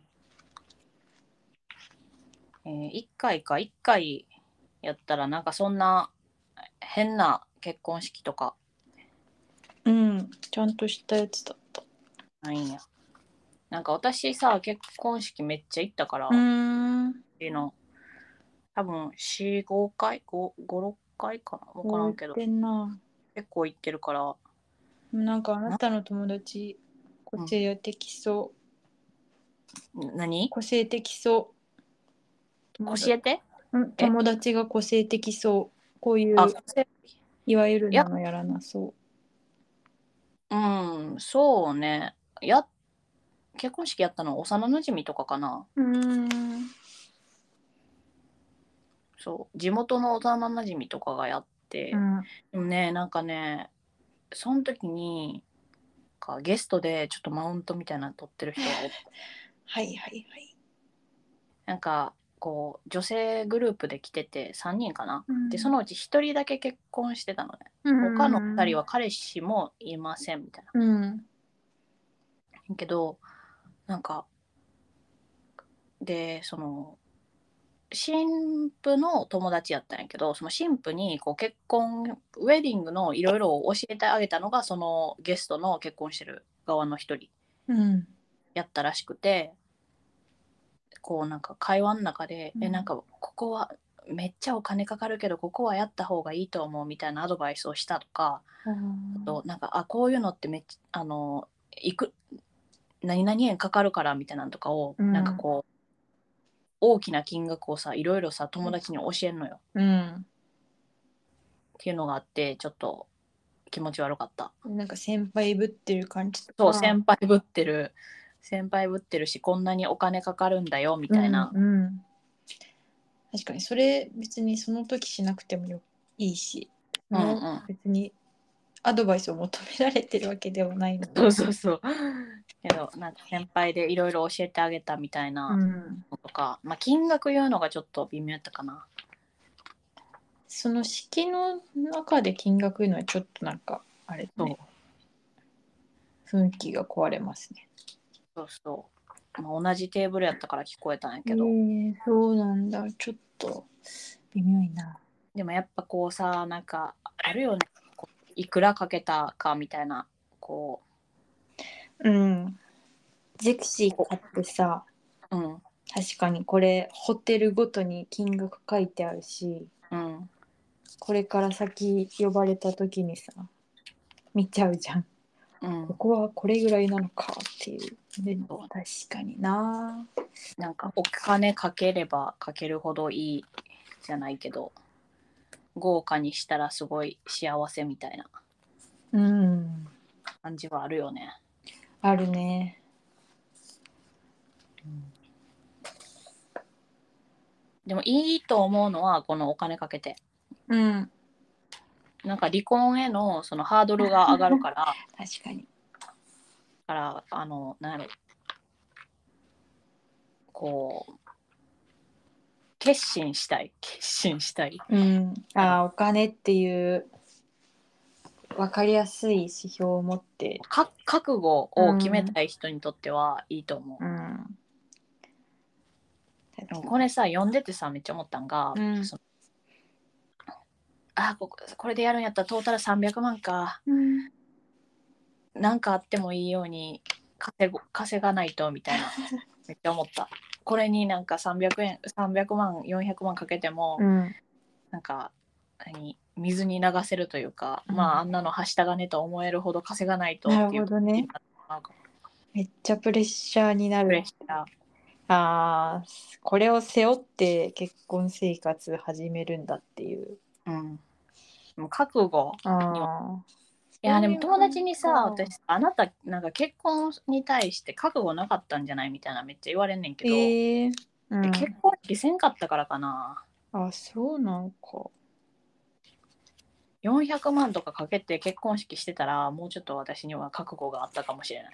えー、いっかいかいっかいやったらなんかそんな変な結婚式とかうん、ちゃんとしたやつだった。 ないんや。なんか私さ結婚式めっちゃ行ったからうーん。 っていうの多分よん、ごかい、ご、ご、ろっかいかな分からんけど覚えてんな。 結構行ってるからなんかあななたの友達、個性的そう。 何個性的そう。友達教えてうんえ友達が個性的そう。こういうあ個性いわゆるいやなのやらなそうんそうねや結婚式やったの幼馴染とかかな。 う。うーん。 そう地元の幼馴染とかがやってうん。 でもねなんかねその時にかゲストでちょっとマウントみたいなの取ってる人がおってはいはいはい。 なんかこう女性グループで来ててさんにんかな、 うんでそのうちひとりだけ結婚してたのね。 うん他のふたりは彼氏もいませんみたいな。 うん。 けどなんかでその新婦の友達やったんやけどその新婦にこう結婚ウェディングのいろいろ教えてあげたのがそのゲストの結婚してる側の一人うんやったらしくてこうなんか会話の中で、 うんえなんかここはめっちゃお金かかるけどここはやった方がいいと思うみたいなアドバイスをしたとかああとなんかあこういうのってめっちゃあのいく何々円かかるからみたいなのとかを、 うんなんかこう大きな金額をさいろいろさ友達に教えるのようんっていうのがあってちょっと気持ち悪かった。 なんか先輩ぶってる感じとか。 そう先輩ぶってる先輩ぶってるしこんなにお金かかるんだよみたいな、 うんうん、確かにそれ別にその時しなくてもよいいし、 うんうん、 別にアドバイスを求められてるわけではないので。 そうそうそうけどなんか先輩でいろいろ教えてあげたみたいなうんのとか、まあ金額言うのがちょっと微妙やったかな。 その式の中で金額言うのはちょっとなんかあれそうね、雰囲気が壊れますね。 そうそう、まあ、同じテーブルやったから聞こえたんやえけど、 ー、そうなんだ。ちょっと微妙いな。 でもやっぱこうさなんかあるよねこういくらかけたかみたいなこうんゼクシー買ってさ、 ううん確かにこれホテルごとに金額書いてあるし、 うんこれから先呼ばれた時にさ見ちゃうじゃん。 うんここはこれぐらいなのかっていう。でそう確かにな。 なんかお金かければかけるほどいいじゃないけど、豪華にしたらすごい幸せみたいなうん感じはあるよね。 あるね。 でもいいと思うのはこのお金かけて、 うんなんか離婚へのそのハードルが上がるから確かに。 からあのなんやろ、こう決心したい決心したいうんあーお金っていう分かりやすい指標を持ってか覚悟を決めたい人にとってはいいと思う。 うんでもこれさ読んでてさめっちゃ思ったんが、 うんそのあここれでやるんやったらトータルさんびゃくまんか、 うんなんかあってもいいように稼ご稼がないとみたいなめっちゃ思った。これになんかさんびゃくえんさんびゃくまんよんひゃくまんかけても、 うんなんか何水に流せるというか、 うんまああんなのはした金と思えるほど稼がないとなるっていうほどね。 なんかめっちゃプレッシャーになプレッる。 シャー。 あーこれを背負って結婚生活始めるんだっていう。 うん、もう覚悟には。 あいやでも友達にさ、 そういう私あなたなんか結婚に対して覚悟なかったんじゃないみたいなめっちゃ言われんねんけど、 ええうんえ結婚式せんかったからかな。 あそうなんか。 よんひゃくまんとかかけて結婚式してたらもうちょっと私には覚悟があったかもしれない。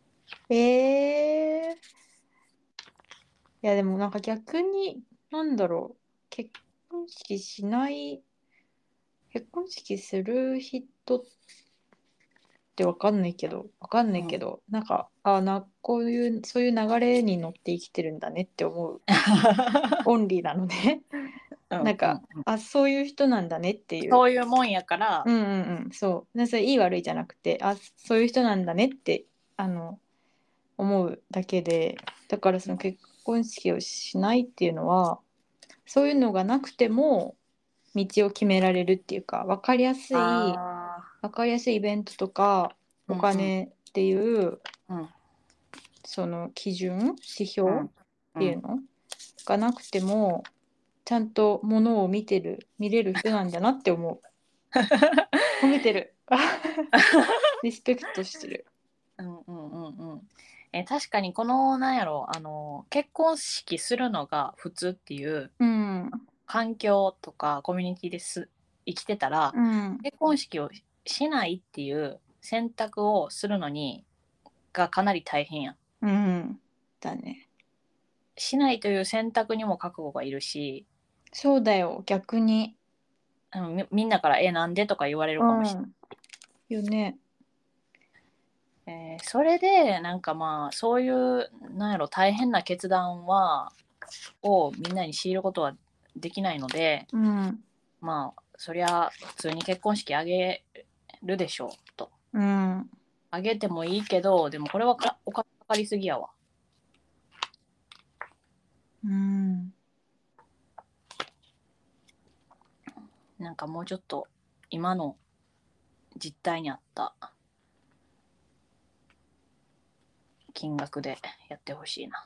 ええいやでもなんか逆になんだろう結婚式しない結婚式する人ってわかんないけどわかんないけど、なんかあなこういうそういう流れに乗って生きてるんだねって思うオンリーなのね。 うんなんか、 うん、 あそういう人なんだねっていう。 そういうもんやからうんうんうんそうねそれいい悪いじゃなくてあそういう人なんだねってあの思うだけでだからその結婚式をしないっていうのはそういうのがなくても道を決められるっていうか分かりやすいあ分かりやすいイベントとかお金っていううんうんその基準指標っうんうんていうのがなくてもちゃんとものを見てる見れる人なんだなって思う。褒めてるリスペクトしてる。 うんうんうんうんえ確かにこのなんやろあの結婚式するのが普通っていううん環境とかコミュニティです生きてたら、 うん結婚式をしないっていう選択をするのにがかなり大変やん。 うんだね。 しないという選択にも覚悟がいるし、 そうだよ逆に。 あのみみんなから「えなんで?」とか言われるうかもしれんよね。 ない、えーそれでなんかまあそういうなんやろ大変な決断はをみんなに強いることはできないので、 うんまあそりゃ普通に結婚式あげるでしょうと。 うんあげてもいいけどでもこれはかお金かかりすぎやわ。 うんなんかもうちょっと今の実態に合った金額でやってほしいな。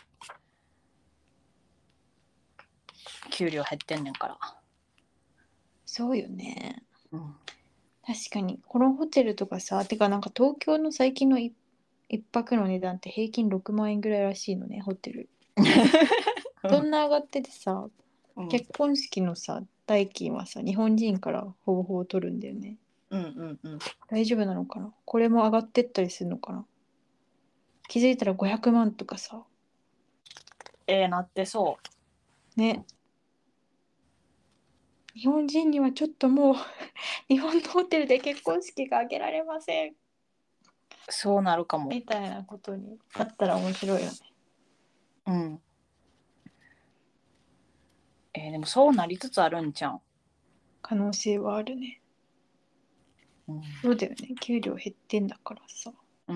給料減ってんねんから。 そうよね。 うん、 確かにこのホテルとかさてかなんか東京の最近の一一泊の値段って平均ろくまん円ぐらいらしいのねホテル。そんな上がっててさうん結婚式のさ代金はさ日本人からほぼほぼ取るんだよね。 うんうんうん。 大丈夫なのかなこれも上がってったりするのかな。気づいたらごひゃくまんとかさえー、なってそね。日本人にはちょっともう日本のホテルで結婚式が挙げられませんう。そうなるかも。 みたいなことになったら面白いよね。 うん。えー、でもそうなりつつあるんじゃん。 可能性はあるね。 うん。 そうだよね。給料減ってんだからさ。 うん、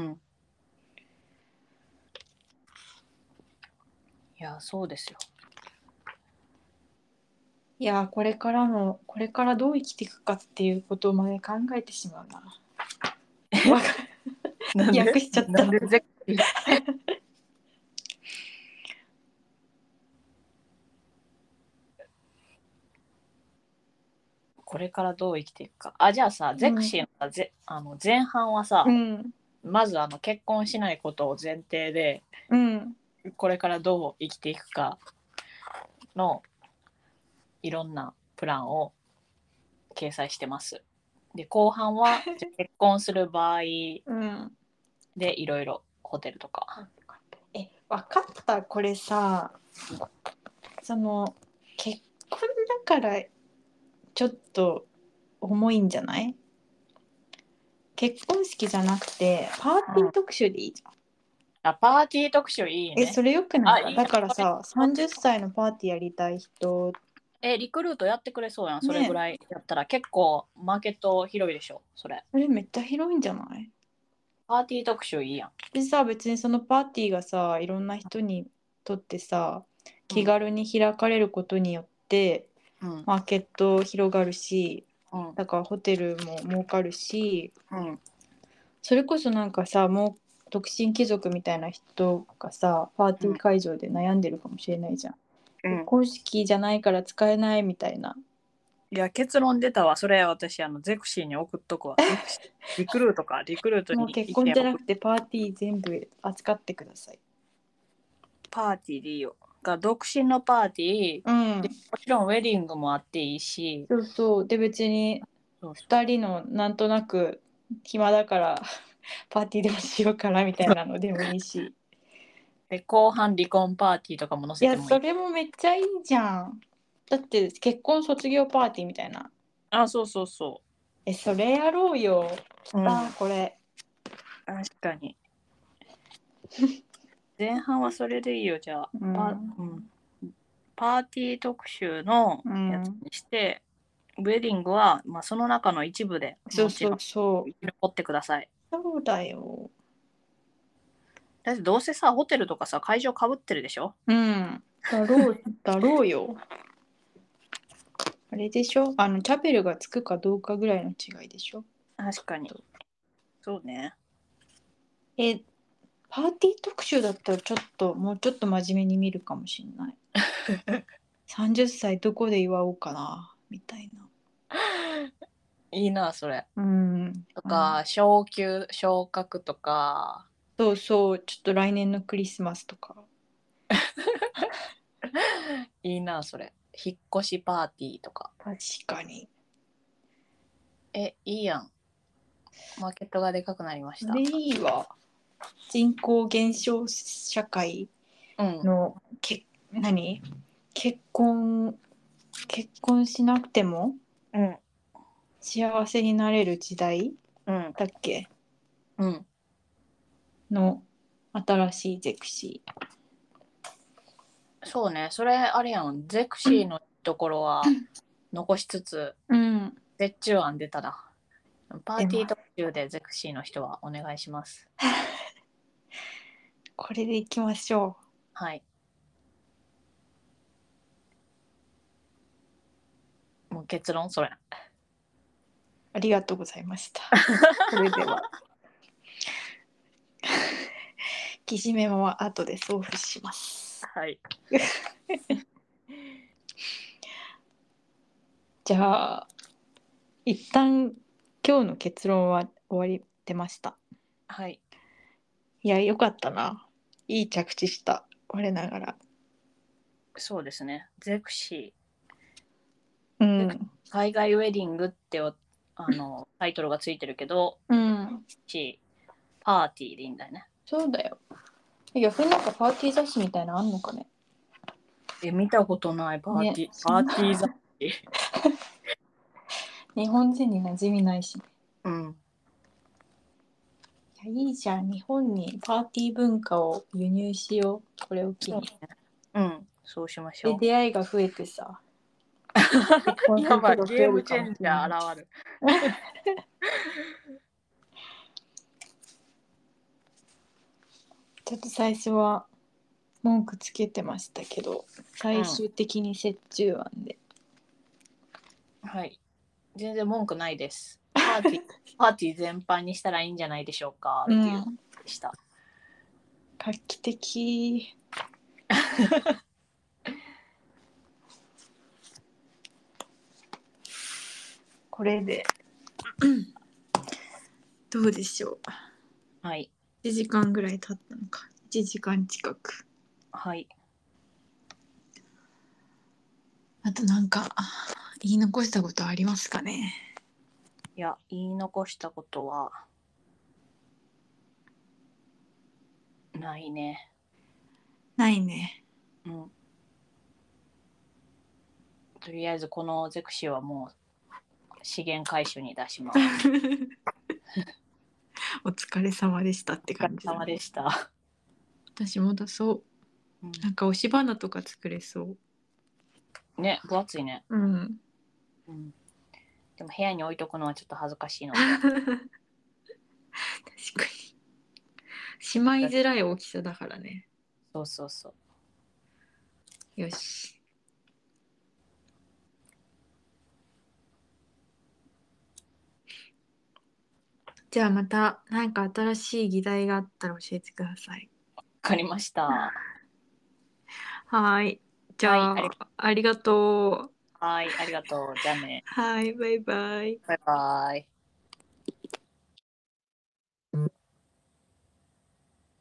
いやそうですよ。 いやー、これからのこれからどう生きていくかっていうことまで考えてしまうな。わかなんで訳しちゃったなんでゼクシーこれからどう生きていくか。あ、じゃあさ、ゼクシーのさ、ぜあの前半はさ、 うんまずあの結婚しないことを前提で、 うんこれからどう生きていくかのいろんなプランを掲載してます。で、後半はじゃあ結婚する場合うんでいろいろホテルとか。 え、わかった。これさ、その結婚だからちょっと重いんじゃない？結婚式じゃなくてパーティー特集でいいじゃん。 あ、パーティー特集いいえ、 ね。 それよくないか？ あ、いいだからそれさ、さんじゅっさいのパーティーやりたい人、 え、リクルートやってくれそうやん。それねぐらいやったら結構マーケット広いでしょ、それ。 それめっちゃ広いんじゃない？ パーティー特集いいやん。 でさ、別にそのパーティーがさ、いろんな人にとってさ、気軽に開かれることによって、 うん。 マーケット広がるし、 うん。 だからホテルも儲かるし、 うん。 それこそなんかさ、もう独身貴族みたいな人がさ、パーティー会場で悩んでるかもしれないじゃん。 うん。 公式じゃないから使えないみたいな。 いや、結論出たわ。それ私、あの、ゼクシーに送っとくわ。ゼクシーリクルートか。リクルートもうに結婚じゃな意見送っくてパーティー全部扱ってください。 パーティーでいいよ。が独身のパーティー、 うんで。もちろんウェディングもあっていいし、 そうそう。で別にそうふたりのなんとなく暇だからパーティーでもしようかなみたいなのでもいいし。 で後半離婚パーティーとかも載いや、 せてもいい。 それもめっちゃいいじゃん。だって結婚卒業パーティーみたいな。 あ、そうそうそえ、それやろうよ。 う。うん、 あ、これ。 確かに。前半はそれでいいよ、じゃあ。 うんパうん、パーティー特集のやつにして、ウェディングは、まあ、その中の一部でそうそもちろんうそう。 生き残ってください。 そうだよ。 だってどうせさ、ホテルとかさ、会場かぶってるでしょ。 うん。だろう、だろうよ。あれでしょ？あの、チャペルがつくかどうかぐらいの違いでしょ？ 確かに。そうね。 え、パーティー特集だったらちょっと、もうちょっと真面目に見るかもしれない。さんじゅっさいどこで祝おうかな、みたいな。 いいな、それ。 うん。 とか、昇級、昇格とか、 そうそう、ちょっと来年のクリスマスとか。 いいな、それ。引っ越しパーティーとか。 確かに。 え、いいやん。マーケットがでかくなりました。 それいいわ。人口減少社会うん。 のけ何結婚結婚しなくてもうん。 幸せになれる時代うん。 だっけうん。 の新しいゼクシそうね。それ、あれやん。ゼクシーのところは残しつつ、 ー。うん。 折衷案出たな。パーティーでも特集でゼクシーの人はお願いします。 これでいきましょう。 はい。もう結論それ。 ありがとうございました。それでは。きじめもは後で送付します。 はい。 じゃあ一旦今日の結論は終わり出ました。 はい。 いや、よかったな。いい着地した。我ながら。 そうですね。ゼクシうー。 ん。 海外ウェディングってあのタイトルがついてるけど、 うん。 しパーティーでいいんだよね。 そうだよ。逆になんかパーティー雑誌みたいなのあんのかね。 え、見たことないパーティー、 ねパーティー雑誌。 日本人に馴染みないし、ね。 うん。 いや、いいじゃん。日本にパーティー文化を輸入しよう。これを機に。 うん、そうしましで、 ょう。 出会いが増えてさ。結婚する人やばい、 が増ゲームえるかチェンジもしれない。 ャー現る。 ちょっと最初は文句つけてましたけど、最終的に折衷案ではい。全然文句ないです。パーティー、パーティー全般にしたらいいんじゃないでしょうかっていううんでした。 画期的。これでどうでしょう。 はい。 いちじかんぐらい経ったのか。いちじかん近く。 はい。 あとなんか言い残したことありますかね。 いや、言い残したことはないね。 ないね。 うん。とりあえずこのゼクシーはもう資源回収に出します。 お疲れ様でしたってお疲感じだ、 れ様でした。 私も出そう。 うんなんか押し花とか作れそね、分厚いね。 う。うん。 うん。でも部屋に置いとくのはちょっと恥ずかしいので。 確かに。しまいづらい大きさだからね。 そうそうそう。 よし。じゃあまた何か新しい議題があったら教えてください。 わかりました。 はい。じゃあ、 はい、ありありがとう。 はい、ありがとう。じゃあね。 はい、バイバイ。 バイバイ。